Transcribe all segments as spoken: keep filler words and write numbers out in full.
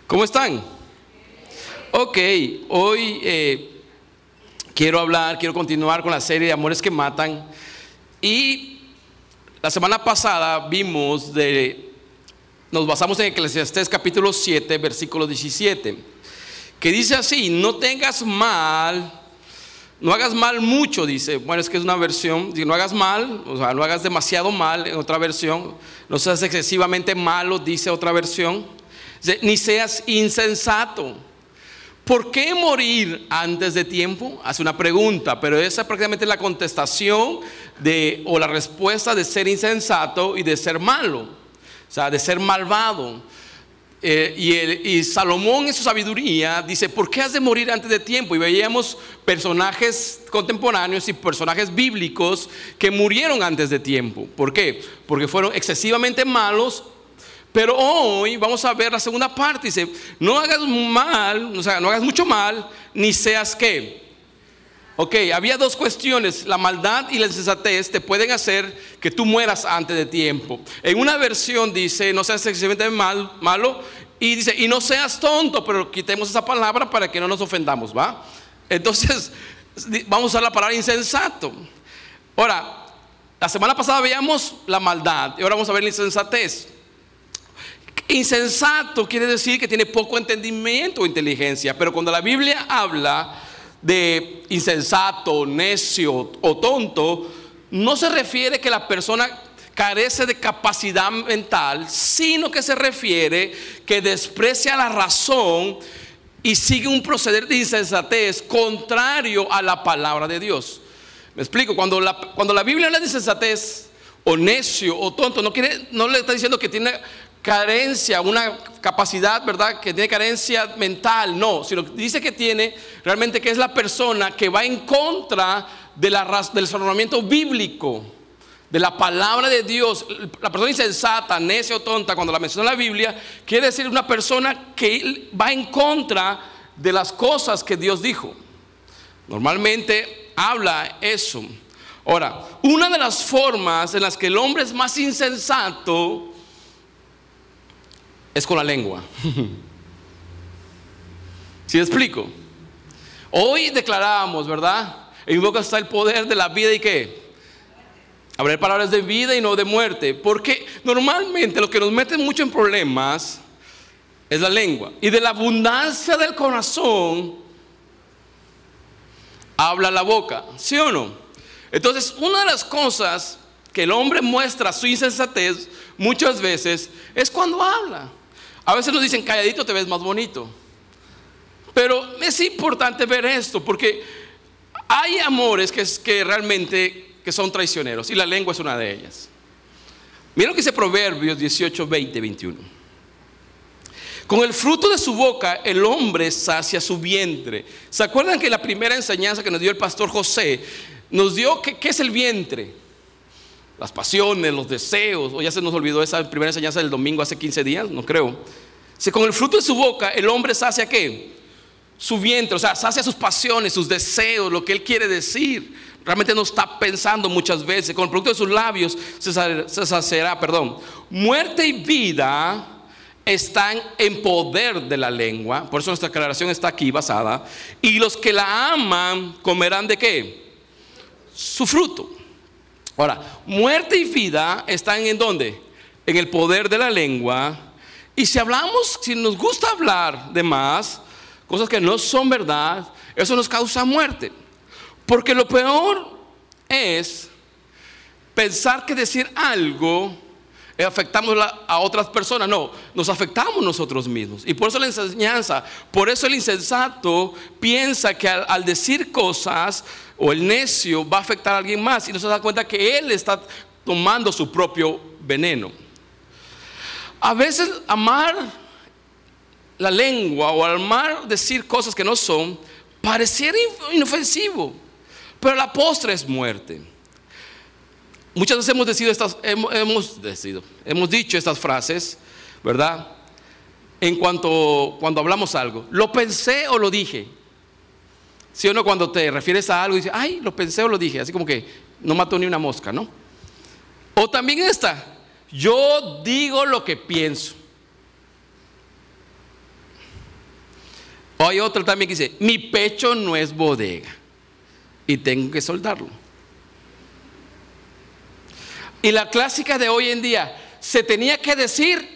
¿Cómo están? Ok, hoy eh, quiero hablar, quiero continuar con la serie de Amores que Matan. Y la semana pasada vimos de, nos basamos en Eclesiastés capítulo siete, versículo diecisiete, que dice así: no tengas mal, no hagas mal mucho, dice. Bueno, es que es una versión, dice, no hagas mal, o sea, no hagas demasiado mal, en otra versión. No seas excesivamente malo, dice otra versión. Dice, ni seas insensato. ¿Por qué morir antes de tiempo? Hace una pregunta, pero esa es prácticamente la contestación de, o la respuesta de ser insensato y de ser malo, o sea, de ser malvado. Eh, y, el, y Salomón en su sabiduría dice: ¿por qué has de morir antes de tiempo? Y veíamos personajes contemporáneos y personajes bíblicos que murieron antes de tiempo. ¿Por qué? Porque fueron excesivamente malos. Pero hoy vamos a ver la segunda parte. Dice: no hagas mal, o sea, no hagas mucho mal, ni seas ¿qué? Ok, había dos cuestiones: la maldad y la insensatez te pueden hacer que tú mueras antes de tiempo. En una versión dice: no seas excesivamente mal, malo, y dice: y no seas tonto. Pero quitemos esa palabra para que no nos ofendamos, ¿va? Entonces vamos a usar la palabra insensato. Ahora, la semana pasada veíamos la maldad y ahora vamos a ver la insensatez. Insensato quiere decir que tiene poco entendimiento o inteligencia. Pero cuando la Biblia habla de insensato, necio o tonto, no se refiere que la persona carece de capacidad mental, sino que se refiere que desprecia la razón y sigue un proceder de insensatez contrario a la palabra de Dios. Me explico. Cuando la, cuando la Biblia habla de insensatez o necio o tonto, no, quiere, no le está diciendo que tiene carencia, una capacidad, ¿verdad?, que tiene carencia mental, no, sino que dice que tiene realmente que es la persona que va en contra de la, del razonamiento bíblico, de la palabra de Dios. La persona insensata, necia o tonta, cuando la menciona la Biblia, quiere decir una persona que va en contra de las cosas que Dios dijo. Normalmente habla eso. Ahora, una de las formas en las que el hombre es más insensato es con la lengua. ¿Sí me explico? Hoy declaramos, ¿verdad? En mi boca está el poder de la vida y ¿qué? Habrá palabras de vida y no de muerte. Porque normalmente lo que nos mete mucho en problemas es la lengua. Y de la abundancia del corazón habla la boca, ¿sí o no? Entonces, una de las cosas que el hombre muestra su insensatez muchas veces es cuando habla. A veces nos dicen: calladito te ves más bonito. Pero es importante ver esto, porque hay amores que, que realmente que son traicioneros, y la lengua es una de ellas. Miren lo que dice Proverbios dieciocho, veinte, veintiuno. Con el fruto de su boca el hombre sacia su vientre. ¿Se acuerdan que la primera enseñanza que nos dio el pastor José nos dio que, qué es el vientre? Las pasiones, los deseos. O ya se nos olvidó esa primera enseñanza del domingo hace quince días, no creo. Si con el fruto de su boca el hombre sacia ¿qué? Su vientre, o sea, sacia sus pasiones, sus deseos, lo que él quiere decir. Realmente no está pensando muchas veces. Con el producto de sus labios se, se saciará, perdón. Muerte y vida están en poder de la lengua. Por eso nuestra aclaración está aquí basada. Y los que la aman comerán ¿de qué? Su fruto. Ahora, muerte y vida están ¿en dónde? En el poder de la lengua. Y si hablamos, si nos gusta hablar de más, cosas que no son verdad, eso nos causa muerte. Porque lo peor es pensar que decir algo afectamos a otras personas. No, nos afectamos nosotros mismos. Y por eso la enseñanza, por eso el insensato piensa que al, al decir cosas, o el necio va a afectar a alguien más, y no se da cuenta que él está tomando su propio veneno. A veces amar la lengua o amar decir cosas que no son pareciera inofensivo, pero la postre es muerte. Muchas veces hemos decidido estas, hemos, hemos decidido, hemos dicho estas frases, ¿verdad? En cuanto cuando hablamos algo, lo pensé o lo dije. ¿Sí o no? Cuando te refieres a algo y dices: ay, lo pensé o lo dije, así como que no mató ni una mosca, ¿no? O también esta: yo digo lo que pienso. O hay otro también que dice, mi pecho no es bodega y tengo que soltarlo. Y la clásica de hoy en día, se tenía que decir.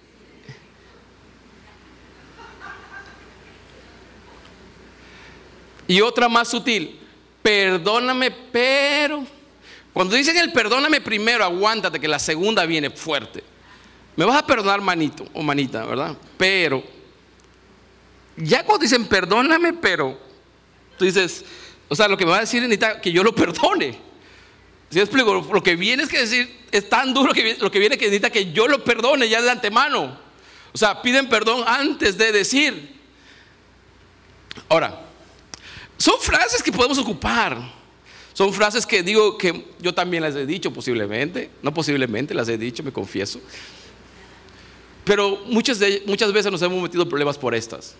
Y otra más sutil, perdóname, pero. Cuando dicen el perdóname primero, aguántate que la segunda viene fuerte. Me vas a perdonar, manito o manita, ¿verdad? Pero, ya cuando dicen perdóname, pero, tú dices, o sea, lo que me va a decir necesita que yo lo perdone. ¿Sí me explico? Lo que viene es que decir, es tan duro que lo que viene que necesita que yo lo perdone ya de antemano. O sea, piden perdón antes de decir. Ahora, son frases que podemos ocupar. Son frases que digo que yo también las he dicho posiblemente. No posiblemente, las he dicho, me confieso. Pero muchas, de, muchas veces nos hemos metido en problemas por estas.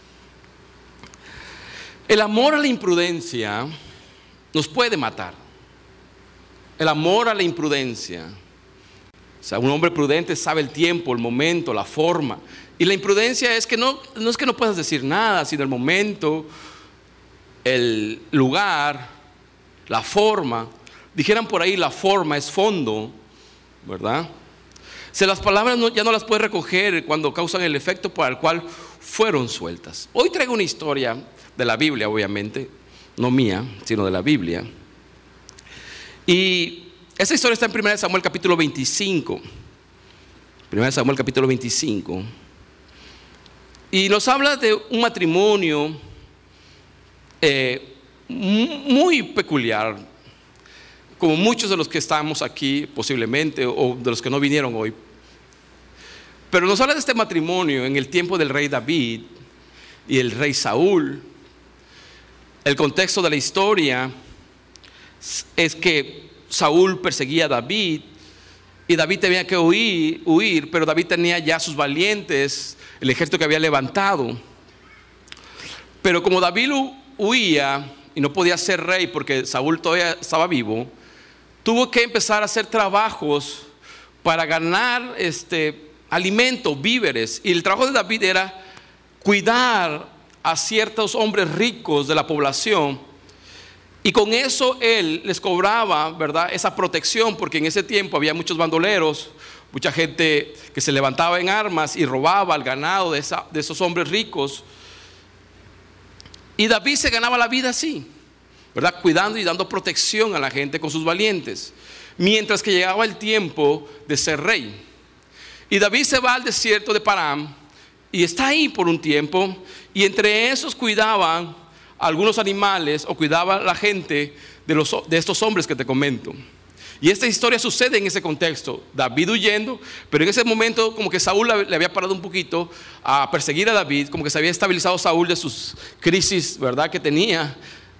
El amor a la imprudencia nos puede matar. El amor a la imprudencia. O sea, un hombre prudente sabe el tiempo, el momento, la forma. Y la imprudencia es que no, no es que no puedas decir nada, sino el momento, el lugar, la forma. Dijeran por ahí, la forma es fondo, ¿verdad? O sea, las palabras no, ya no las puedes recoger cuando causan el efecto para el cual fueron sueltas. Hoy traigo una historia de la Biblia, obviamente, no mía, sino de la Biblia. Y esa historia está en primera de Samuel capítulo veinticinco. primera de Samuel capítulo veinticinco. Y nos habla de un matrimonio eh, muy peculiar, como muchos de los que estamos aquí posiblemente, o de los que no vinieron hoy. Pero nos habla de este matrimonio en el tiempo del rey David y el rey Saúl. El contexto de la historia es que Saúl perseguía a David y David tenía que huir, huir, pero David tenía ya sus valientes, el ejército que había levantado. Pero como David huía y no podía ser rey porque Saúl todavía estaba vivo, tuvo que empezar a hacer trabajos para ganar este, alimento, víveres. Y el trabajo de David era cuidar a ciertos hombres ricos de la población. Y con eso él les cobraba, ¿verdad?, esa protección, porque en ese tiempo había muchos bandoleros, mucha gente que se levantaba en armas y robaba el ganado de, esa, de esos hombres ricos. Y David se ganaba la vida así, ¿verdad?, cuidando y dando protección a la gente con sus valientes, mientras que llegaba el tiempo de ser rey. Y David se va al desierto de Param y está ahí por un tiempo, y entre esos cuidaban algunos animales o cuidaba a la gente de, los, de estos hombres que te comento. Y esta historia sucede en ese contexto, David huyendo, pero en ese momento como que Saúl le había parado un poquito a perseguir a David, como que se había estabilizado Saúl de sus crisis, ¿verdad?, que tenía.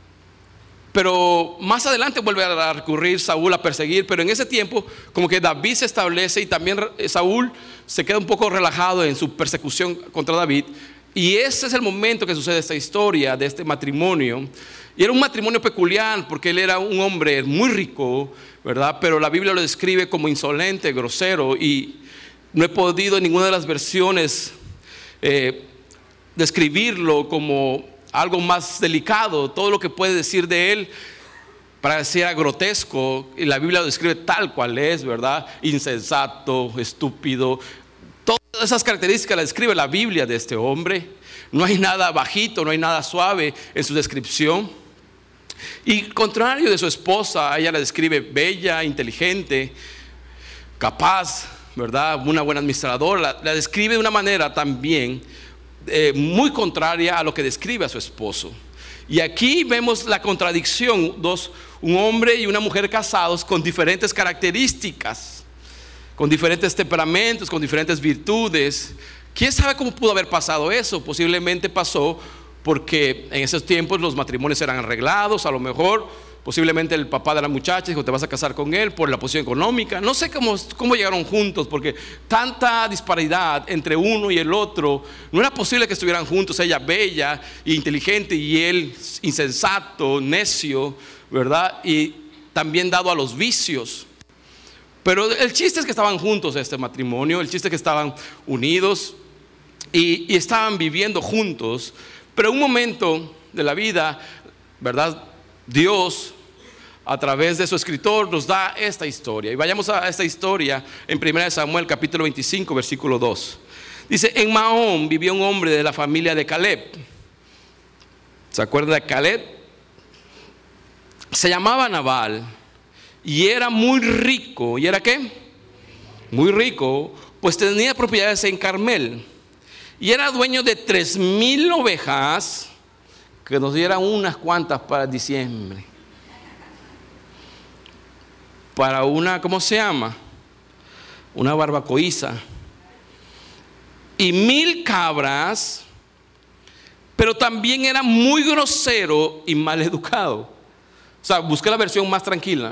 Pero más adelante vuelve a recurrir Saúl a perseguir, pero en ese tiempo como que David se establece y también Saúl se queda un poco relajado en su persecución contra David. Y ese es el momento que sucede esta historia de este matrimonio. Y era un matrimonio peculiar porque él era un hombre muy rico, ¿verdad? Pero la Biblia lo describe como insolente, grosero, y no he podido en ninguna de las versiones eh, describirlo como algo más delicado. Todo lo que puede decir de él parecía grotesco, y la Biblia lo describe tal cual es, ¿verdad? Insensato, estúpido. Todas esas características las describe la Biblia de este hombre. No hay nada bajito, no hay nada suave en su descripción. Y contrario de su esposa, ella la describe bella, inteligente, capaz, ¿verdad?, una buena administradora. La, la describe de una manera también eh, muy contraria a lo que describe a su esposo. Y aquí vemos la contradicción, dos, un hombre y una mujer casados con diferentes características, con diferentes temperamentos, con diferentes virtudes. ¿Quién sabe cómo pudo haber pasado eso? Posiblemente pasó porque en esos tiempos los matrimonios eran arreglados. A lo mejor, posiblemente el papá de la muchacha dijo: te vas a casar con él por la posición económica. No sé cómo, cómo llegaron juntos, porque tanta disparidad entre uno y el otro. No era posible que estuvieran juntos, ella bella e inteligente y él insensato, necio, ¿verdad? Y también dado a los vicios. Pero el chiste es que estaban juntos este matrimonio, el chiste es que estaban unidos y, y estaban viviendo juntos. Pero en un momento de la vida, ¿verdad? Dios, a través de su escritor, nos da esta historia. Y vayamos a esta historia en primera de Samuel, capítulo veinticinco, versículo dos. Dice, en Maón vivía un hombre de la familia de Caleb. ¿Se acuerdan de Caleb? Se llamaba Nabal y era muy rico. ¿Y era qué? Muy rico, pues tenía propiedades en Carmel. Y era dueño de tres mil ovejas, que nos dieran unas cuantas para diciembre. Para una, ¿cómo se llama? Una barbacoiza. Y mil cabras, pero también era muy grosero y mal educado. O sea, busqué la versión más tranquila.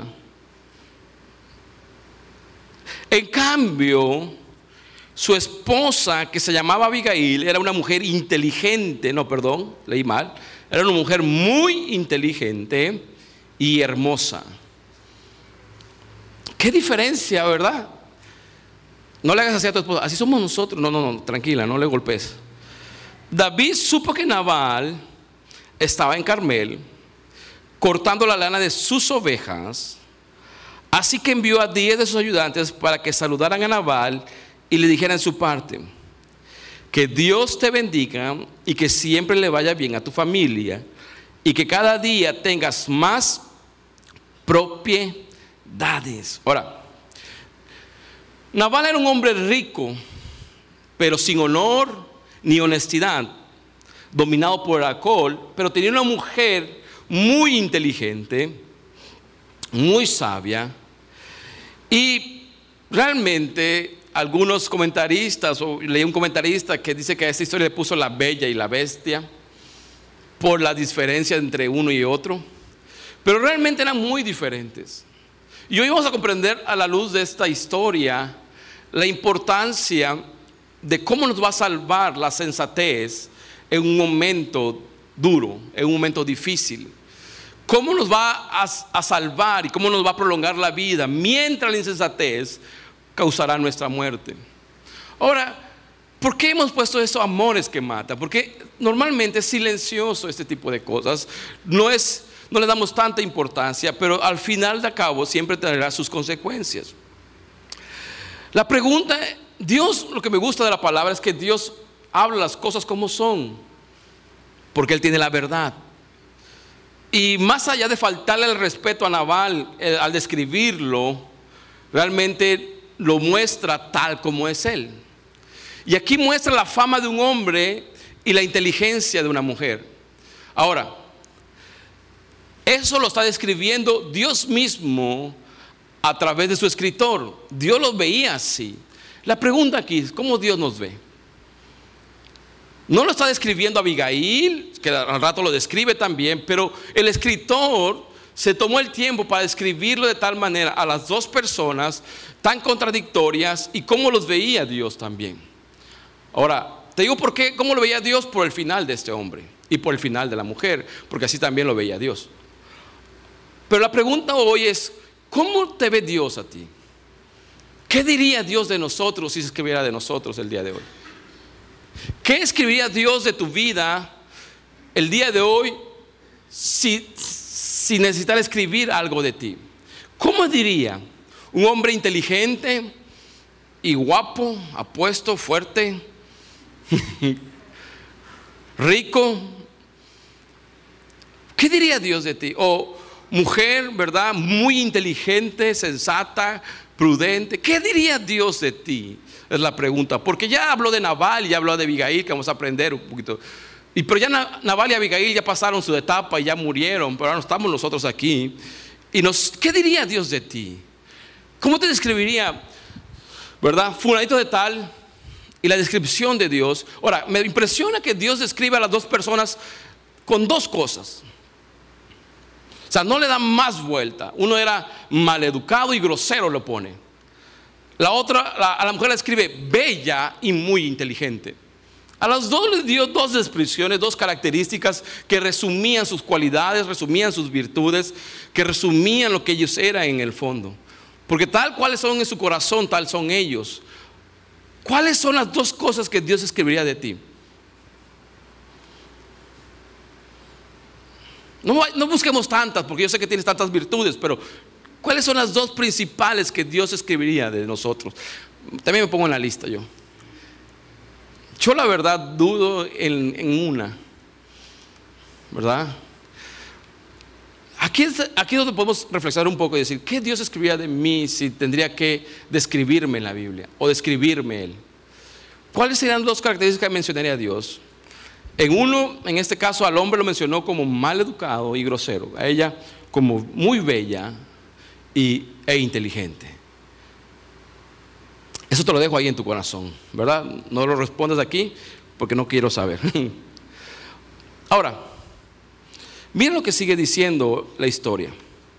En cambio, su esposa, que se llamaba Abigail, era una mujer inteligente, no, perdón, leí mal. Era una mujer muy inteligente y hermosa. Qué diferencia, ¿verdad? No le hagas así a tu esposa, así somos nosotros. No, no, no, tranquila, no le golpes. David supo que Nabal estaba en Carmel cortando la lana de sus ovejas, así que envió a diez de sus ayudantes para que saludaran a Nabal y le dijeran su parte: que Dios te bendiga y que siempre le vaya bien a tu familia y que cada día tengas más propiedades. Ahora, Nabal era un hombre rico, pero sin honor ni honestidad, dominado por el alcohol, pero tenía una mujer muy inteligente, muy sabia, y realmente algunos comentaristas, o leí un comentarista que dice que a esta historia le puso la bella y la bestia, por la diferencia entre uno y otro, pero realmente eran muy diferentes. Y hoy vamos a comprender a la luz de esta historia la importancia de cómo nos va a salvar la sensatez en un momento duro, en un momento difícil. Cómo nos va a, a salvar y cómo nos va a prolongar la vida mientras la insensatez causará nuestra muerte. Ahora, ¿por qué hemos puesto esto, amores que matan? Porque normalmente es silencioso este tipo de cosas. No es... No le damos tanta importancia, pero al final de cabo siempre tendrá sus consecuencias. La pregunta, Dios, lo que me gusta de la palabra es que Dios habla las cosas como son, porque Él tiene la verdad. Y más allá de faltarle el respeto a Nabal eh, al describirlo, realmente lo muestra tal como es Él. Y aquí muestra la fama de un hombre y la inteligencia de una mujer. Ahora, eso lo está describiendo Dios mismo a través de su escritor. Dios lo veía así. La pregunta aquí es, ¿cómo Dios nos ve? No lo está describiendo Abigail, que al rato lo describe también, pero el escritor se tomó el tiempo para describirlo de tal manera a las dos personas tan contradictorias y cómo los veía Dios también. Ahora, te digo por qué, cómo lo veía Dios por el final de este hombre y por el final de la mujer, porque así también lo veía Dios. Pero la pregunta hoy es, ¿cómo te ve Dios a ti? ¿Qué diría Dios de nosotros si se escribiera de nosotros el día de hoy? ¿Qué escribiría Dios de tu vida el día de hoy si, si necesitara escribir algo de ti? ¿Cómo diría? ¿Un hombre inteligente y guapo, apuesto, fuerte, rico? ¿Qué diría Dios de ti? O mujer, ¿verdad? Muy inteligente, sensata, prudente. ¿Qué diría Dios de ti? Es la pregunta. Porque ya habló de Nabal y ya habló de Abigail, que vamos a aprender un poquito. Y pero ya Nabal y Abigail ya pasaron su etapa y ya murieron, pero ahora estamos nosotros aquí. Y nos, ¿qué diría Dios de ti? ¿Cómo te describiría, verdad? Fulanito de tal y la descripción de Dios. Ahora, me impresiona que Dios describe a las dos personas con dos cosas. O sea, no le da más vuelta. Uno era maleducado y grosero, lo pone. La otra, la, a la mujer la escribe bella y muy inteligente. A las dos les dio dos descripciones, dos características que resumían sus cualidades, resumían sus virtudes, que resumían lo que ellos eran en el fondo. Porque tal cuales son en su corazón, tal son ellos. ¿Cuáles son las dos cosas que Dios escribiría de ti? No, no busquemos tantas, porque yo sé que tienes tantas virtudes, pero ¿cuáles son las dos principales que Dios escribiría de nosotros? También me pongo en la lista yo. Yo la verdad dudo en, en una, ¿verdad? Aquí es, aquí es donde podemos reflexionar un poco y decir, ¿qué Dios escribiría de mí si tendría que describirme en la Biblia o describirme Él? ¿Cuáles serían dos características que mencionaría a Dios? En uno, en este caso, al hombre lo mencionó como mal educado y grosero, a ella como muy bella y, e inteligente. Eso te lo dejo ahí en tu corazón, ¿verdad? No lo respondas aquí porque no quiero saber. Ahora, miren lo que sigue diciendo la historia.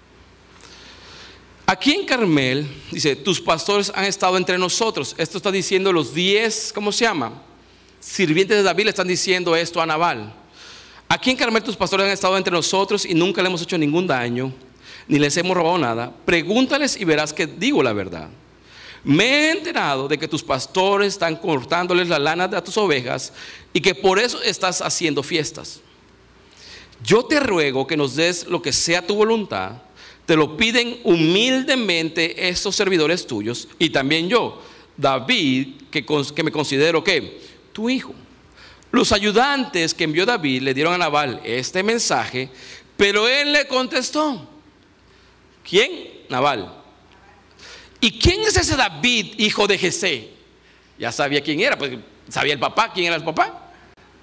Aquí en Carmel, dice, tus pastores han estado entre nosotros. Esto está diciendo los diez, ¿cómo se llama? Sirvientes de David le están diciendo esto a Nabal. Aquí en Carmel tus pastores han estado entre nosotros y nunca le hemos hecho ningún daño, ni les hemos robado nada. Pregúntales y verás que digo la verdad. Me he enterado de que tus pastores están cortándoles la lana de tus ovejas y que por eso estás haciendo fiestas. Yo te ruego que nos des lo que sea tu voluntad. Te lo piden humildemente estos servidores tuyos y también yo, David, que, que me considero que tu hijo. Los ayudantes que envió David le dieron a Nabal este mensaje, pero él le contestó. ¿Quién? Nabal. ¿Y quién es ese David, hijo de Jesé? Ya sabía quién era, pues sabía el papá, quién era el papá.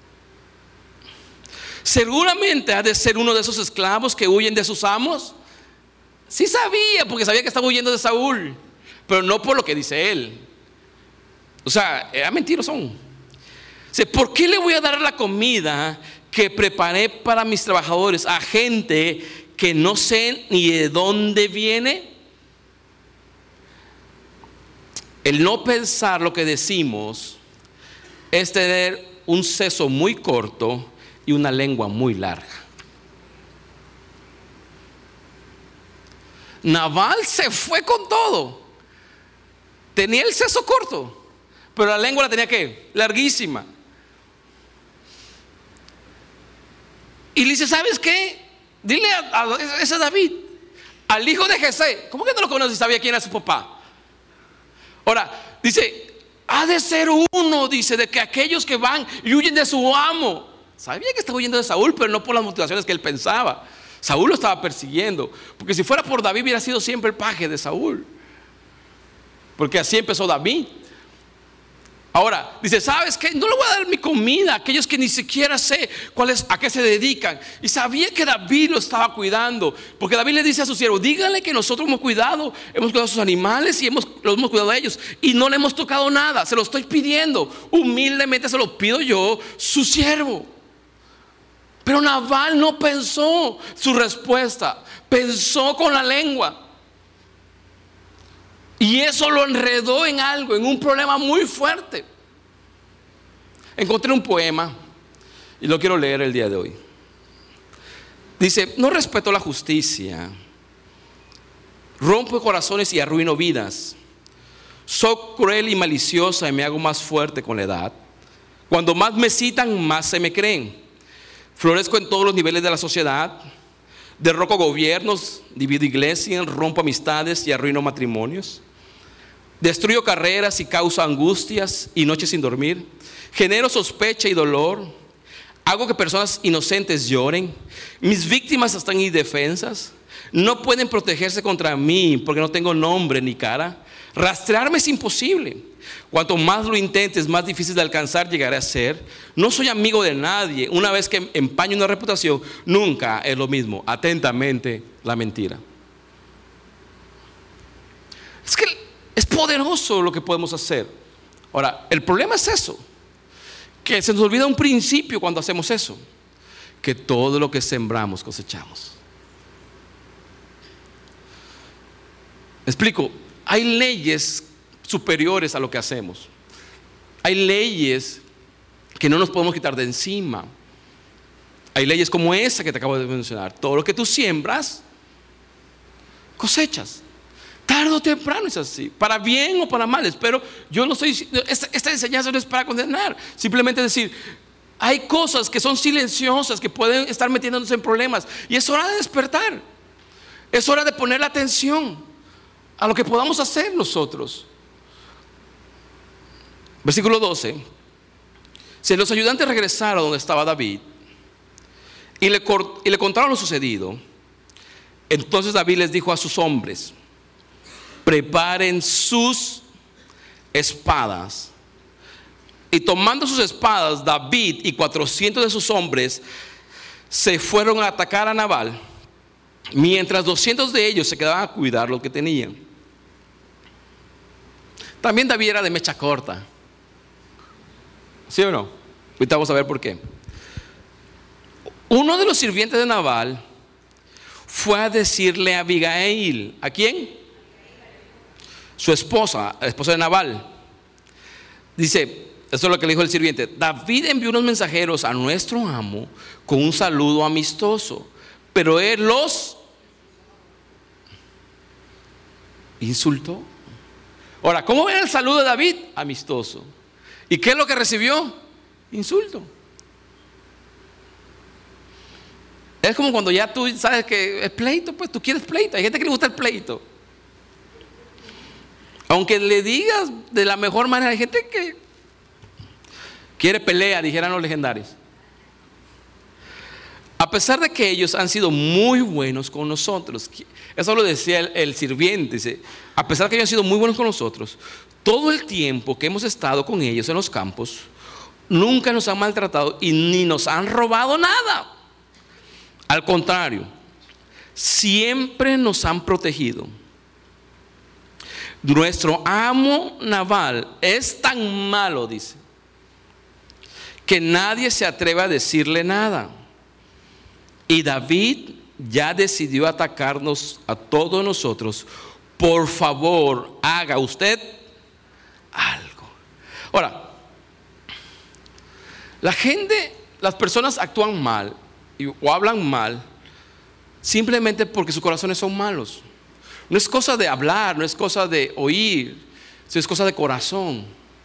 Seguramente ha de ser uno de esos esclavos que huyen de sus amos. Sí sabía, porque sabía que estaba huyendo de Saúl, pero no por lo que dice él. O sea, era mentirosón. ¿Por qué le voy a dar la comida que preparé para mis trabajadores a gente que no sé ni de dónde viene? El no pensar lo que decimos es tener un seso muy corto y una lengua muy larga. Nabal se fue con todo. Tenía el seso corto, pero la lengua la tenía ¿qué? Larguísima. Y le dice, ¿sabes qué? Dile a, a ese David, al hijo de Jesé. ¿Cómo que no lo conoce y sabía quién era su papá? Ahora, dice, ha de ser uno, dice, de que aquellos que van y huyen de su amo. Sabía que estaba huyendo de Saúl, pero no por las motivaciones que él pensaba. Saúl lo estaba persiguiendo, porque si fuera por David hubiera sido siempre el paje de Saúl, porque así empezó David. Ahora, dice, ¿sabes qué? No le voy a dar mi comida a aquellos que ni siquiera sé cuál es, a qué se dedican. Y sabía que David lo estaba cuidando, porque David le dice a su siervo, díganle que nosotros hemos cuidado, hemos cuidado a sus animales y hemos, los hemos cuidado a ellos, y no le hemos tocado nada, se lo estoy pidiendo, humildemente se lo pido yo, su siervo. Pero Nabal no pensó su respuesta, pensó con la lengua. Y eso lo enredó en algo, en un problema muy fuerte. Encontré un poema y lo quiero leer el día de hoy. Dice, no respeto la justicia, rompo corazones y arruino vidas. Soy cruel y maliciosa y me hago más fuerte con la edad. Cuando más me citan, más se me creen. Florezco en todos los niveles de la sociedad. Derroco gobiernos, divido iglesias, rompo amistades y arruino matrimonios. Destruyo carreras y causo angustias y noches sin dormir. Genero sospecha y dolor. Hago que personas inocentes lloren. Mis víctimas están indefensas. No pueden protegerse contra mí porque no tengo nombre ni cara. Rastrearme es imposible. Cuanto más lo intentes, más difícil de alcanzar llegaré a ser. No soy amigo de nadie. Una vez que empaño una reputación, nunca es lo mismo. Atentamente, la mentira. Es que es poderoso lo que podemos hacer. Ahora, el problema es eso, que se nos olvida un principio cuando hacemos eso, que todo lo que sembramos cosechamos. ¿Me explico? Hay leyes superiores a lo que hacemos. Hay leyes que no nos podemos quitar de encima. Hay leyes como esa que te acabo de mencionar. Todo lo que tú siembras, cosechas. Tarde o temprano es así, para bien o para mal. Pero yo no estoy, esta, esta enseñanza no es para condenar. Simplemente decir, Hay cosas que son silenciosas, que pueden estar metiéndonos en problemas. Y es hora de despertar. Es hora de poner la atención a lo que podamos hacer nosotros. Versículo doce. Si los ayudantes regresaron donde estaba David y le, y le contaron lo sucedido, entonces David les dijo a sus hombres: preparen sus espadas. Y tomando sus espadas, David y cuatrocientos de sus hombres se fueron a atacar a Nabal, mientras doscientos de ellos se quedaban a cuidar lo que tenían. También David era de mecha corta, ¿sí o no? Ahorita vamos a ver por qué. Uno de los sirvientes de Nabal fue a decirle a Abigail, ¿a quién? Su esposa, la esposa de Nabal. Dice, esto es lo que le dijo el sirviente: David envió unos mensajeros a nuestro amo con un saludo amistoso, pero él los insultó. Ahora, ¿cómo era el saludo de David? Amistoso. ¿Y qué es lo que recibió? Insulto. Es como cuando ya tú sabes que es pleito, pues tú quieres pleito. Hay gente que le gusta el pleito. Aunque le digas de la mejor manera, hay gente que quiere pelea, dijeran los legendarios. A pesar de que ellos han sido muy buenos con nosotros, eso lo decía el, el sirviente, dice, a pesar de que ellos han sido muy buenos con nosotros, todo el tiempo que hemos estado con ellos en los campos, nunca nos han maltratado y ni nos han robado nada. Al contrario, siempre nos han protegido. Nuestro amo Nabal es tan malo, dice, que nadie se atreve a decirle nada. Y David ya decidió atacarnos a todos nosotros. Por favor, haga usted algo. Ahora, la gente, las personas actúan mal o hablan mal simplemente porque sus corazones son malos. No es cosa de hablar, no es cosa de oír, es cosa de corazón.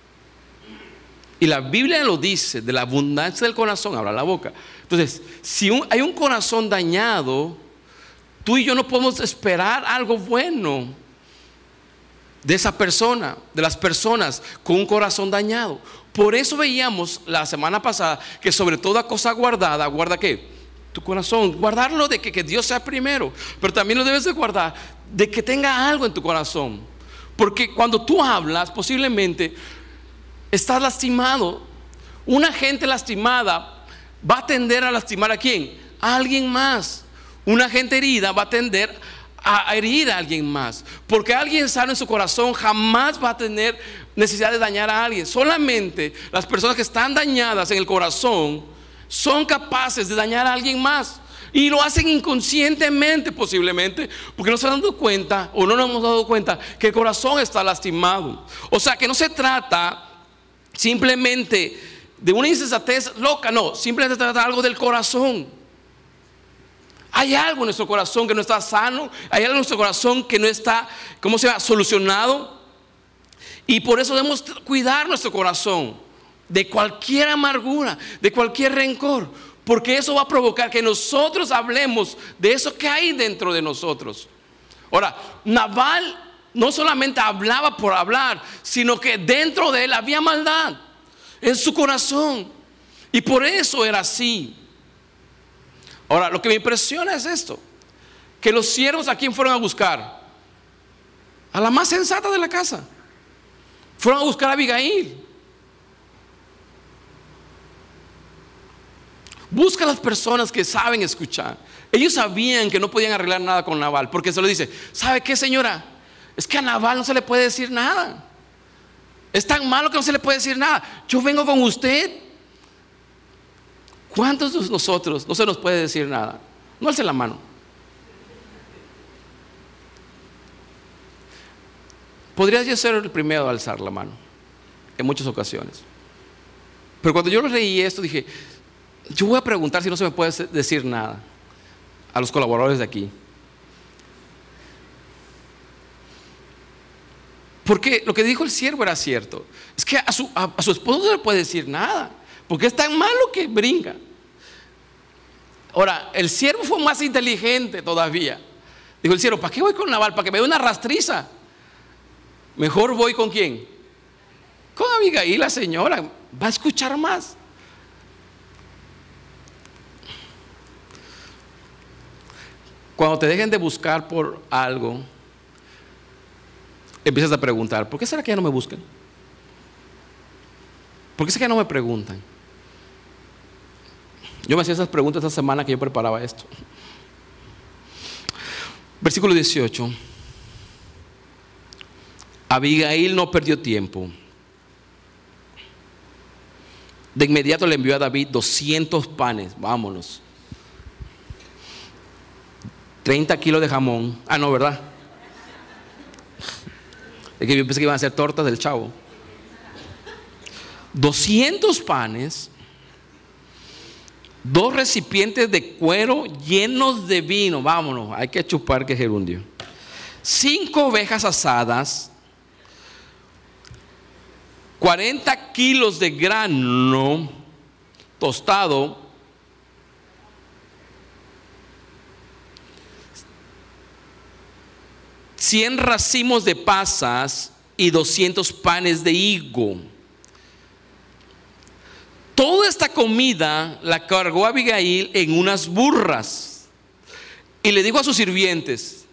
Y la Biblia lo dice: de la abundancia del corazón habla la boca. Entonces, si un, hay un corazón dañado, tú y yo no podemos esperar algo bueno de esa persona, de las personas con un corazón dañado. Por eso veíamos la semana pasada que sobre toda cosa guardada, guarda ¿qué? Tu corazón. Guardarlo de que, que Dios sea primero, pero también lo debes de guardar de que tenga algo en tu corazón. Porque cuando tú hablas, posiblemente estás lastimado. Una gente lastimada va a tender a lastimar ¿a quién? A alguien más. Una gente herida va a tender a herir a alguien más. Porque alguien sano en su corazón jamás va a tener necesidad de dañar a alguien. Solamente las personas que están dañadas en el corazón son capaces de dañar a alguien más. Y lo hacen inconscientemente, posiblemente, porque no se han dado cuenta o no nos hemos dado cuenta que el corazón está lastimado. O sea, que no se trata simplemente de una insensatez loca, no, simplemente se trata de algo del corazón. Hay algo en nuestro corazón que no está sano, hay algo en nuestro corazón que no está, ¿cómo se llama?, solucionado. Y por eso debemos cuidar nuestro corazón de cualquier amargura, de cualquier rencor. Porque eso va a provocar que nosotros hablemos de eso que hay dentro de nosotros. Ahora, Nabal no solamente hablaba por hablar, sino que dentro de él había maldad en su corazón. Y por eso era así. Ahora, lo que me impresiona es esto: que los siervos, ¿a quién fueron a buscar? A la más sensata de la casa. Fueron a buscar a Abigail. Busca a las personas que saben escuchar. Ellos sabían que no podían arreglar nada con Nabal, porque se lo dice: ¿sabe qué, señora? Es que a Nabal no se le puede decir nada. Es tan malo que no se le puede decir nada. Yo vengo con usted. ¿Cuántos de nosotros no se nos puede decir nada? No alce la mano. Podría yo ser el primero a alzar la mano en muchas ocasiones. Pero cuando yo leí esto dije: yo voy a preguntar si no se me puede decir nada a los colaboradores de aquí. Porque lo que dijo el siervo era cierto. Es que a su, a, a su esposo no se le puede decir nada, porque es tan malo que brinca. Ahora, el siervo fue más inteligente todavía. Dijo el siervo: ¿para qué voy con Nabal? ¿Para que me dé una rastriza? Mejor voy con ¿quién? Con Abigail, la señora. Va a escuchar más. Cuando te dejen de buscar por algo, empiezas a preguntar: ¿por qué será que ya no me buscan? ¿Por qué será que ya no me preguntan? Yo me hacía esas preguntas esta semana que yo preparaba esto. Versículo dieciocho. Abigail no perdió tiempo. De inmediato le envió a David doscientos panes. Vámonos. treinta kilos de jamón. Ah, no, ¿verdad? Es que yo pensé que iban a ser tortas del Chavo. doscientos panes, dos recipientes de cuero llenos de vino. Vámonos, hay que chupar que gerundio. Cinco ovejas asadas, cuarenta kilos de grano tostado, cien racimos de pasas y doscientos panes de higo. Toda esta comida la cargó Abigail en unas burras y le dijo a sus sirvientes: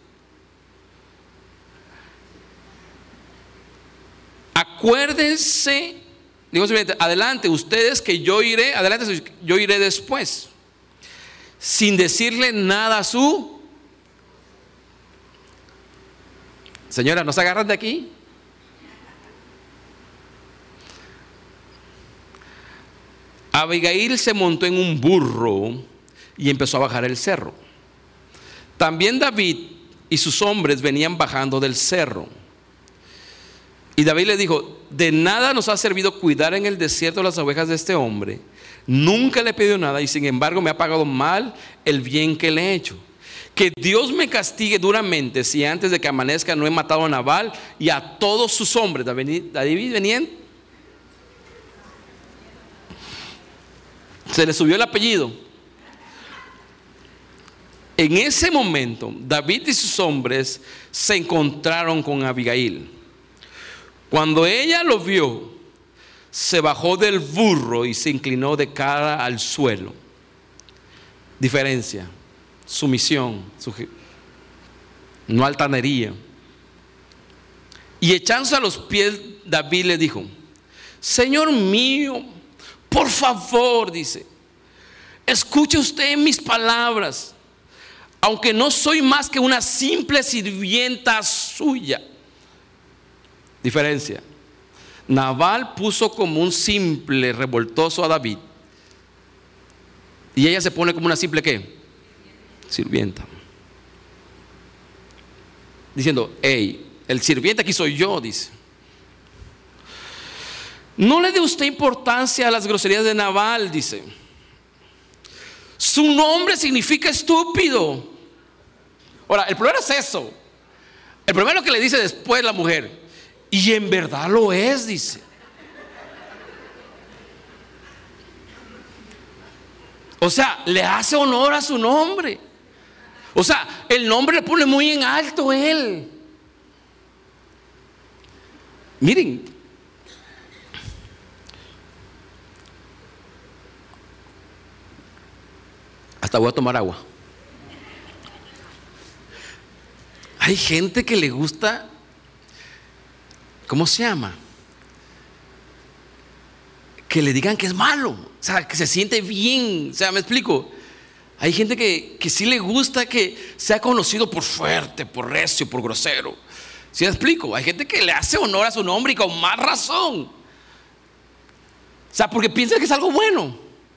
acuérdense, digo sirviente, adelante ustedes que yo iré, adelante yo iré después, sin decirle nada a su señora. ¿No se agarran de aquí? Abigail se montó en un burro y empezó a bajar el cerro. También David y sus hombres venían bajando del cerro. Y David le dijo: de nada nos ha servido cuidar en el desierto las ovejas de este hombre. Nunca le he pedido nada y sin embargo me ha pagado mal el bien que le he hecho. Que Dios me castigue duramente si antes de que amanezca no he matado a Nabal y a todos sus hombres. David venían, se le subió el apellido. En ese momento David y sus hombres se encontraron con Abigail. Cuando ella lo vio, se bajó del burro y se inclinó de cara al suelo. Diferencia: sumisión, no altanería. Y echándose a los pies, David le dijo: Señor mío, por favor, dice, escuche usted mis palabras, aunque no soy más que una simple sirvienta suya. Diferencia: Nabal puso como un simple revoltoso a David y ella se pone como una simple ¿qué? Sirvienta, diciendo: hey, el sirviente aquí soy yo, dice. No le dé usted importancia a las groserías de Nabal, dice. Su nombre significa estúpido. Ahora, el problema es eso. El problema es lo que le dice después la mujer. Y en verdad lo es, dice. O sea, le hace honor a su nombre. O sea, el nombre le pone muy en alto él. Miren, hasta voy a tomar agua. Hay gente que le gusta, ¿cómo se llama? Que le digan que es malo, o sea, que se siente bien. O sea, me explico. Hay gente que, que sí le gusta que sea conocido por fuerte, por recio, por grosero. ¿Sí me explico? Hay gente que le hace honor a su nombre y con más razón. O sea, porque piensa que es algo bueno.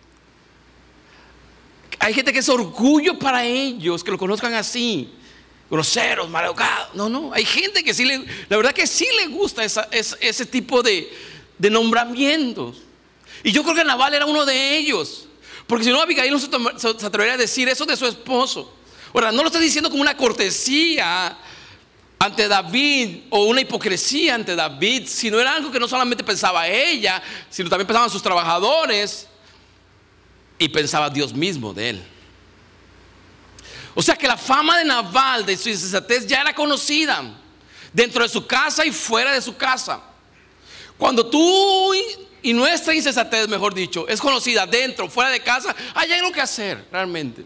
Hay gente que es orgullo para ellos que lo conozcan así, groseros, maleducados. No, no, hay gente que sí le, la verdad que sí le gusta esa, esa, ese tipo de, de nombramientos. Y yo creo que Nabal era uno de ellos, porque si no, Abigail no se, se atrevería a decir eso de su esposo. Ahora, no lo está diciendo como una cortesía ante David, o una hipocresía ante David, sino era algo que no solamente pensaba ella, sino también pensaban sus trabajadores y pensaba Dios mismo de él. O sea que la fama de Nabal, de su insensatez, ya era conocida dentro de su casa y fuera de su casa. Cuando tú y, y nuestra insensatez, mejor dicho, es conocida dentro, fuera de casa, hay algo que hacer realmente.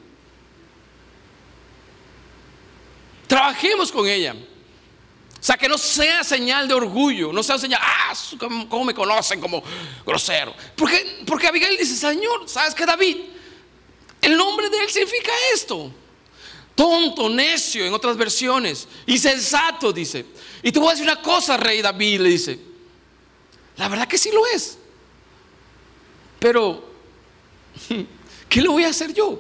Trabajemos con ella. O sea, que no sea señal de orgullo, no sea señal, ah, ¿cómo me conocen como grosero? Porque, porque Abigail dice, Señor, ¿sabes qué, David? El nombre de él significa esto. Tonto, necio, en otras versiones. Insensato, dice. Y te voy a decir una cosa, rey David, le dice. La verdad que sí lo es. Pero, ¿qué le voy a hacer yo?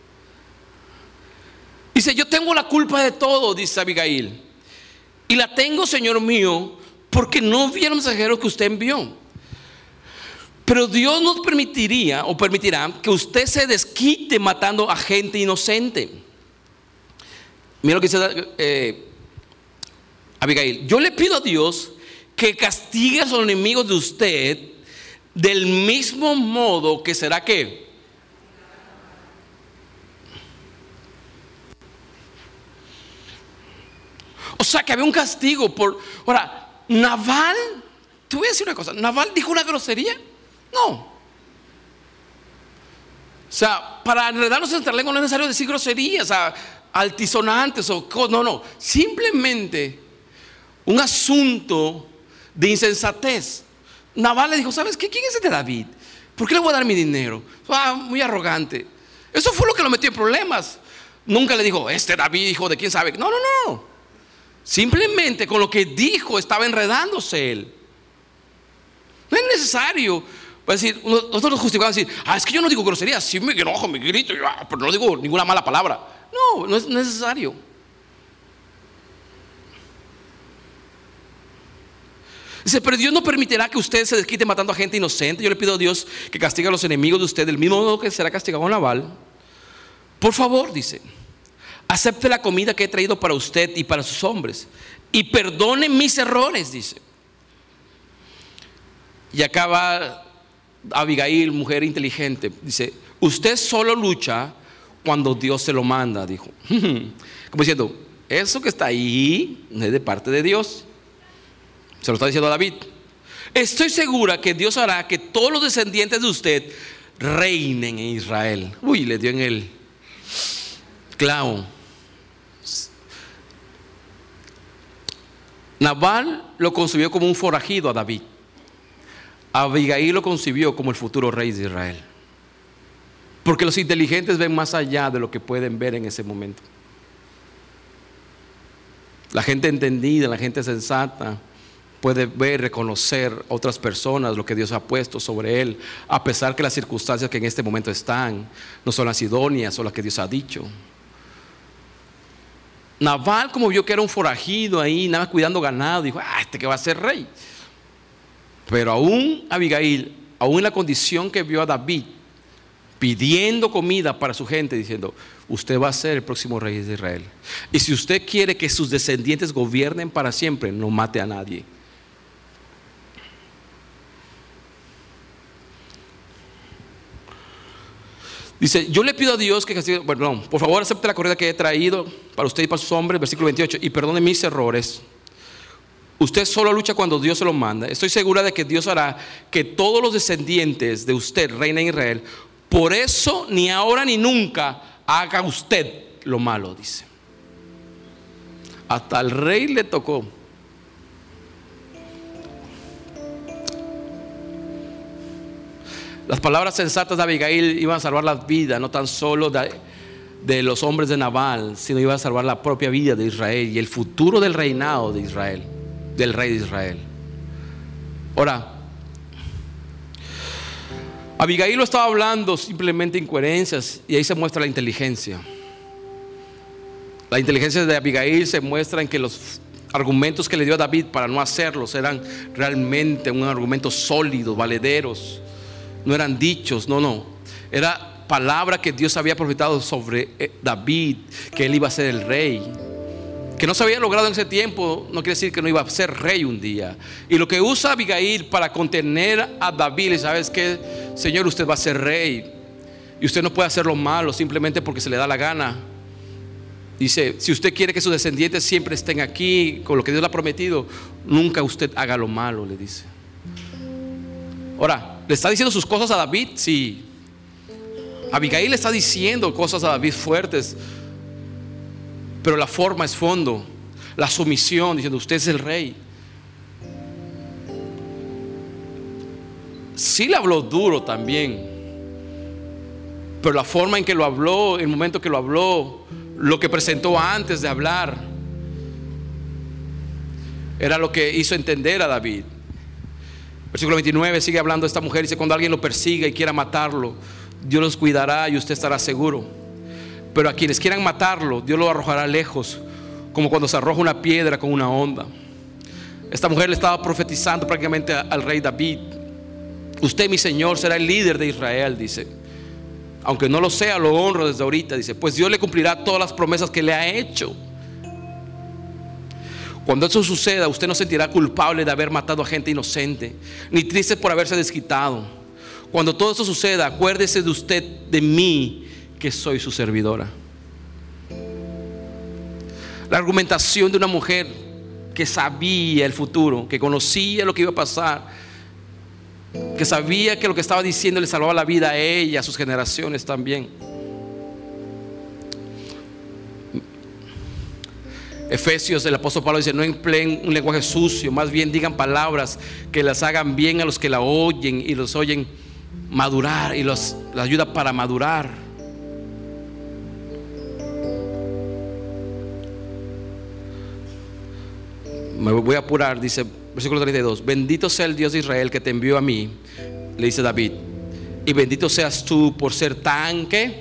Dice, yo tengo la culpa de todo, dice Abigail. Y la tengo, Señor mío, porque no vi al mensajero que usted envió. Pero Dios nos permitiría o permitirá que usted se desquite matando a gente inocente. Mira lo que dice eh, Abigail. Yo le pido a Dios que castigue a los enemigos de usted del mismo modo que será que o sea que había un castigo por... Ahora, Nabal, te voy a decir una cosa, ¿Nabal dijo una grosería? No. O sea, para enredarnos en nuestra lengua no es necesario decir groserías, o sea, altisonantes o cosas, no, no. Simplemente un asunto de insensatez. Nabal le dijo, ¿sabes qué? ¿Quién es este David? ¿Por qué le voy a dar mi dinero? Ah, muy arrogante. Eso fue lo que lo metió en problemas. Nunca le dijo, este David, hijo de quién sabe. No, no, no. Simplemente con lo que dijo estaba enredándose él. No es necesario decir, nosotros nos justificamos decir, ah, es que yo no digo groserías, sí me enojo, me grito, pero no digo ninguna mala palabra. No, no es necesario. Dice, pero Dios no permitirá que usted se desquite matando a gente inocente. Yo le pido a Dios que castigue a los enemigos de usted del mismo modo que será castigado Nabal. Por favor, dice, acepte la comida que he traído para usted y para sus hombres y perdone mis errores, dice. Y acá va Abigail, mujer inteligente, dice, usted solo lucha cuando Dios se lo manda, dijo. Como diciendo, eso que está ahí no es de parte de Dios. Se lo está diciendo a David. Estoy segura que Dios hará que todos los descendientes de usted reinen en Israel. Uy, le dio en el clavo. Nabal lo concibió como un forajido a David. Abigail lo concibió como el futuro rey de Israel. Porque los inteligentes ven más allá de lo que pueden ver en ese momento. La gente entendida, la gente sensata puede ver, reconocer a otras personas lo que Dios ha puesto sobre él, a pesar que las circunstancias que en este momento están no son las idóneas o las que Dios ha dicho. Nabal, como vio que era un forajido ahí, nada más cuidando ganado, dijo, ah, este que va a ser rey. Pero aún Abigail, aún en la condición que vio a David pidiendo comida para su gente, diciendo, usted va a ser el próximo rey de Israel. Y si usted quiere que sus descendientes gobiernen para siempre, no mate a nadie. Dice, yo le pido a Dios que castigue, bueno, no, por favor acepte la comida que he traído para usted y para sus hombres, versículo veintiocho, y perdone mis errores. Usted solo lucha cuando Dios se lo manda. Estoy segura de que Dios hará que todos los descendientes de usted reinen en Israel. Por eso ni ahora ni nunca haga usted lo malo, dice. Hasta al rey le tocó. Las palabras sensatas de Abigail iban a salvar la vida, no tan solo de, de los hombres de Nabal, sino iban a salvar la propia vida de Israel y el futuro del reinado de Israel, del rey de Israel. Ahora, Abigail lo estaba hablando simplemente incoherencias, y ahí se muestra la inteligencia. La inteligencia de Abigail se muestra en que los argumentos que le dio a David para no hacerlos eran realmente un argumento sólido, valederos. No eran dichos, no, no. Era palabra que Dios había profetado sobre David, que él iba a ser el rey. que no se había logrado en ese tiempo, no quiere decir que no iba a ser rey un día. Y lo que usa Abigail para contener a David es: ¿sabes qué? Señor, usted va a ser rey y usted no puede hacer lo malo simplemente porque se le da la gana. Dice: si usted quiere que sus descendientes siempre estén aquí con lo que Dios le ha prometido, nunca usted haga lo malo, le dice. Ahora, ¿le está diciendo sus cosas a David? Sí. Abigail le está diciendo cosas a David fuertes, pero la forma es fondo, la sumisión, diciendo: usted es el rey. Sí le habló duro también, pero la forma en que lo habló, el momento que lo habló, lo que presentó antes de hablar, era lo que hizo entender a David. Versículo veintinueve sigue hablando esta mujer, dice: cuando alguien lo persiga y quiera matarlo, Dios los cuidará y usted estará seguro. Pero a quienes quieran matarlo, Dios lo arrojará lejos, como cuando se arroja una piedra con una onda. Esta mujer le estaba profetizando prácticamente al rey David: usted, mi señor, será el líder de Israel, dice. Aunque no lo sea, lo honro desde ahorita, dice, pues Dios le cumplirá todas las promesas que le ha hecho. Cuando eso suceda, usted no sentirá culpable de haber matado a gente inocente, ni triste por haberse desquitado. Cuando todo eso suceda, acuérdese de usted, de mí, que soy su servidora. La argumentación de una mujer que sabía el futuro, que conocía lo que iba a pasar, que sabía que lo que estaba diciendo le salvaba la vida a ella, a sus generaciones también. Efesios, el apóstol Pablo dice: no empleen un lenguaje sucio, más bien digan palabras que las hagan bien a los que la oyen y los oyen madurar, y los, los ayuda para madurar. Me voy a apurar, dice versículo treinta y dos: bendito sea el Dios de Israel que te envió a mí, le dice David, y bendito seas tú por ser tan que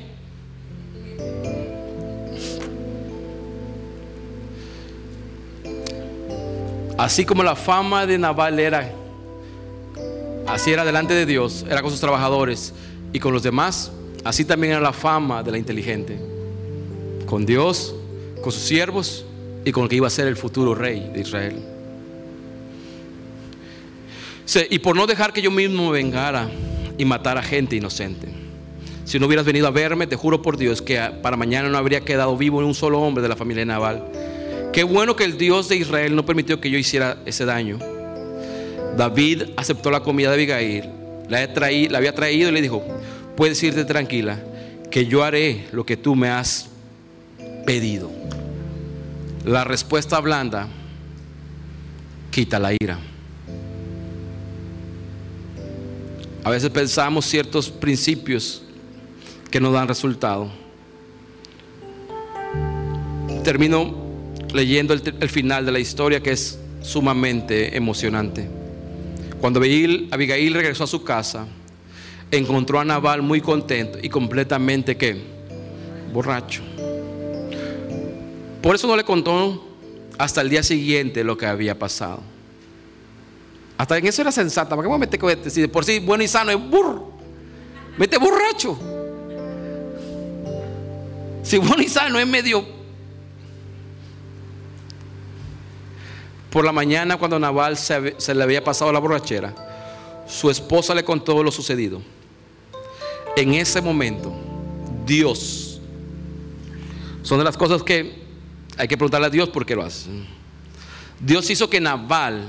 así como la fama de Nabal era, así era delante de Dios, era con sus trabajadores y con los demás, así también era la fama de la inteligente, con Dios, con sus siervos y con el que iba a ser el futuro rey de Israel. Y por no dejar que yo mismo me vengara y matara gente inocente. Si no hubieras venido a verme, te juro por Dios que para mañana no habría quedado vivo ni un solo hombre de la familia de Nabal. Qué bueno que el Dios de Israel no permitió que yo hiciera ese daño. David aceptó la comida de Abigail, la, traí, la había traído y le dijo: puedes irte tranquila, que yo haré lo que tú me has pedido. La respuesta blanda quita la ira. A veces pensamos ciertos principios que no dan resultado. Termino leyendo el, el final de la historia, que es sumamente emocionante. Cuando Abigail, Abigail regresó a su casa, encontró a Nabal muy contento y completamente ¿qué? Borracho. Por eso no le contó hasta el día siguiente lo que había pasado. Hasta en eso era sensata. ¿Para qué me mete cohetes? Si de por sí bueno y sano es burro, mete borracho. Si bueno y sano es medio. Por la mañana, cuando Nabal se, se le había pasado la borrachera, su esposa le contó lo sucedido. En ese momento, Dios, son de las cosas que hay que preguntarle a Dios por qué lo hace. Dios hizo que Nabal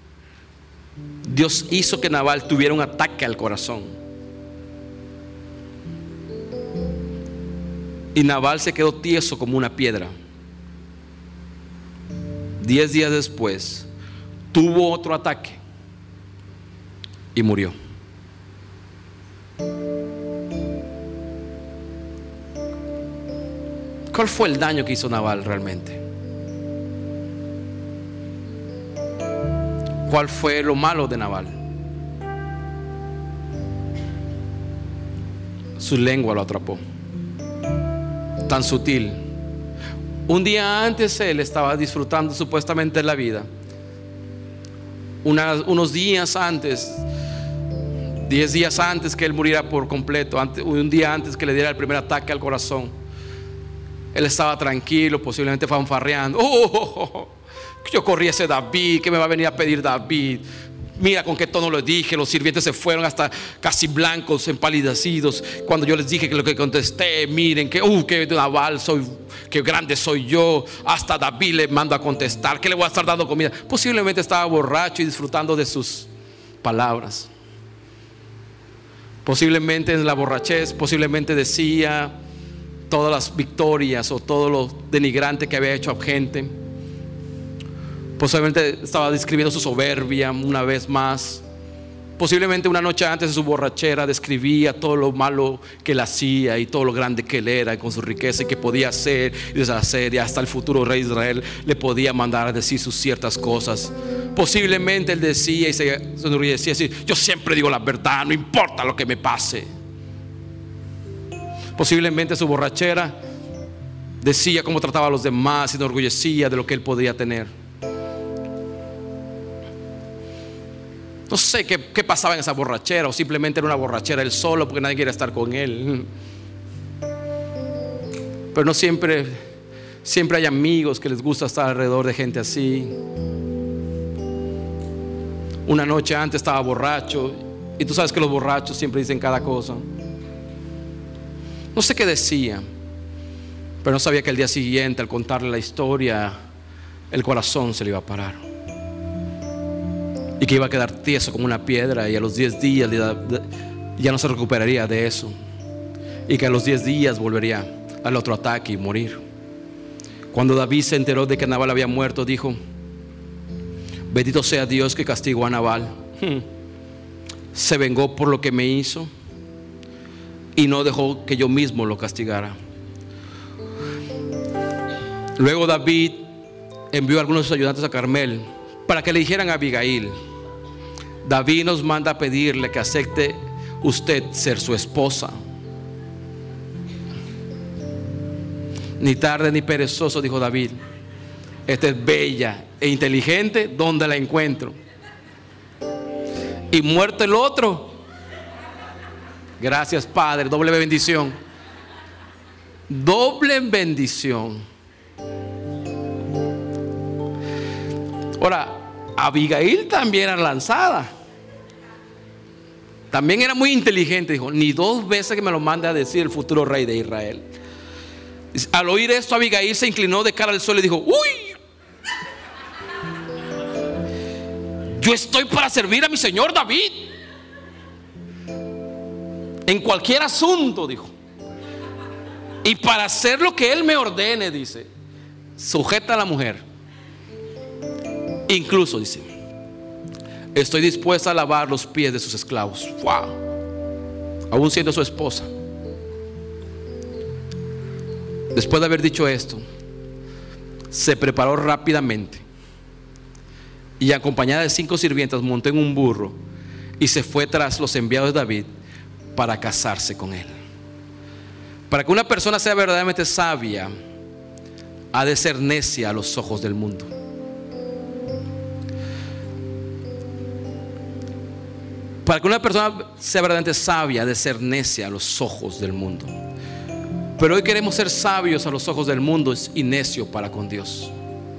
Dios hizo que Nabal tuviera un ataque al corazón. Y Nabal se quedó tieso como una piedra. Diez días después tuvo otro ataque y murió. ¿Cuál fue el daño que hizo Nabal realmente? ¿Cuál fue lo malo de Nabal? Su lengua lo atrapó. Tan sutil. Un día antes él estaba disfrutando supuestamente la vida. Una, unos días antes, diez días antes que él muriera por completo, antes, un día antes que le diera el primer ataque al corazón, Él estaba tranquilo, posiblemente fanfarreando. Oh, oh, oh, yo corrí ese David, ¿qué me va a venir a pedir David? Mira con qué tono lo dije. Los sirvientes se fueron hasta casi blancos, empalidecidos, cuando yo les dije que lo que contesté, miren que uh, que Nabal soy, que grande soy yo. Hasta David le mando a contestar, que le voy a estar dando comida. Posiblemente estaba borracho y disfrutando de sus palabras. Posiblemente en la borrachez, posiblemente decía todas las victorias o todo lo denigrante que había hecho a gente. Posiblemente estaba describiendo su soberbia una vez más. Posiblemente una noche antes de su borrachera describía todo lo malo que él hacía y todo lo grande que él era, y con su riqueza y que podía hacer y deshacer, y hasta el futuro rey de Israel le podía mandar a decir sus ciertas cosas. Posiblemente él decía y se enorgullecía así: yo siempre digo la verdad, no importa lo que me pase. Posiblemente su borrachera decía cómo trataba a los demás y se enorgullecía de lo que él podía tener. No sé qué, qué pasaba en esa borrachera, o simplemente era una borrachera él solo porque nadie quiere estar con él. Pero no siempre, siempre hay amigos que les gusta estar alrededor de gente así. Una noche antes estaba borracho, y tú sabes que los borrachos siempre dicen cada cosa. No sé qué decía, pero no sabía que el día siguiente, al contarle la historia, el corazón se le iba a parar y que iba a quedar tieso como una piedra, y a los diez días ya no se recuperaría de eso, y que a los diez días volvería al otro ataque y morir. Cuando David se enteró de que Nabal había muerto, dijo: bendito sea Dios que castigó a Nabal. Se vengó por lo que me hizo y no dejó que yo mismo lo castigara. Luego David envió a algunos de sus ayudantes a Carmel para que le dijeran a Abigail: David nos manda a pedirle que acepte usted ser su esposa. Ni tarde ni perezoso, dijo David. Esta es bella e inteligente, ¿dónde la encuentro? Y muerto el otro. Gracias, Padre, doble bendición. Doble bendición. Ahora, Abigail también era lanzada, también era muy inteligente. Dijo: ni dos veces que me lo mande a decir el futuro rey de Israel. Al oír esto, Abigail se inclinó de cara al suelo y dijo: uy, yo estoy para servir a mi señor David en cualquier asunto, dijo, y para hacer lo que él me ordene, dice, sujeta a la mujer. Incluso dice: estoy dispuesta a lavar los pies de sus esclavos. Wow. Aún siendo su esposa. Después de haber dicho esto, se preparó rápidamente y, acompañada de cinco sirvientas, montó en un burro y se fue tras los enviados de David para casarse con él. Para que una persona sea verdaderamente sabia, ha de ser necia a los ojos del mundo. Para que una persona sea verdaderamente sabia, ha de ser necia a los ojos del mundo. Pero hoy queremos ser sabios a los ojos del mundo y necio para con Dios.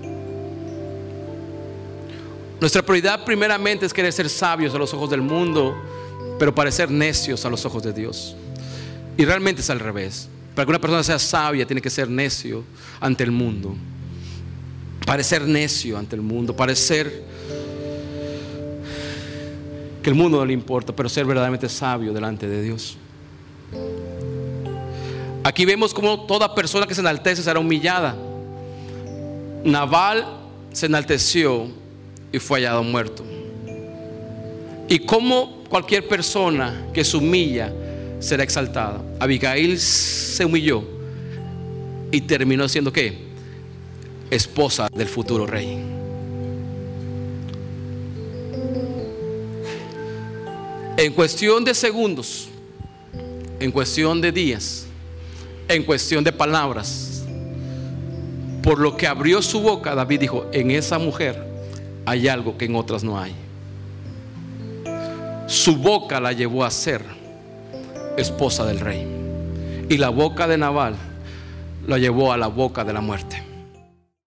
Nuestra prioridad primeramente es querer ser sabios a los ojos del mundo, pero parecer necios a los ojos de Dios. Y realmente es al revés. Para que una persona sea sabia, tiene que ser necio ante el mundo. Parecer necio ante el mundo, parecer que el mundo no le importa, pero ser verdaderamente sabio delante de Dios. Aquí vemos cómo toda persona que se enaltece será humillada. Nabal se enalteció y fue hallado muerto. Y como cualquier persona que se humilla será exaltada. Abigail se humilló y terminó siendo ¿qué? Esposa del futuro rey. En cuestión de segundos, en cuestión de días, en cuestión de palabras, por lo que abrió su boca, David dijo: en esa mujer hay algo que en otras no hay. Su boca la llevó a ser esposa del rey, y la boca de Nabal lo llevó a la boca de la muerte.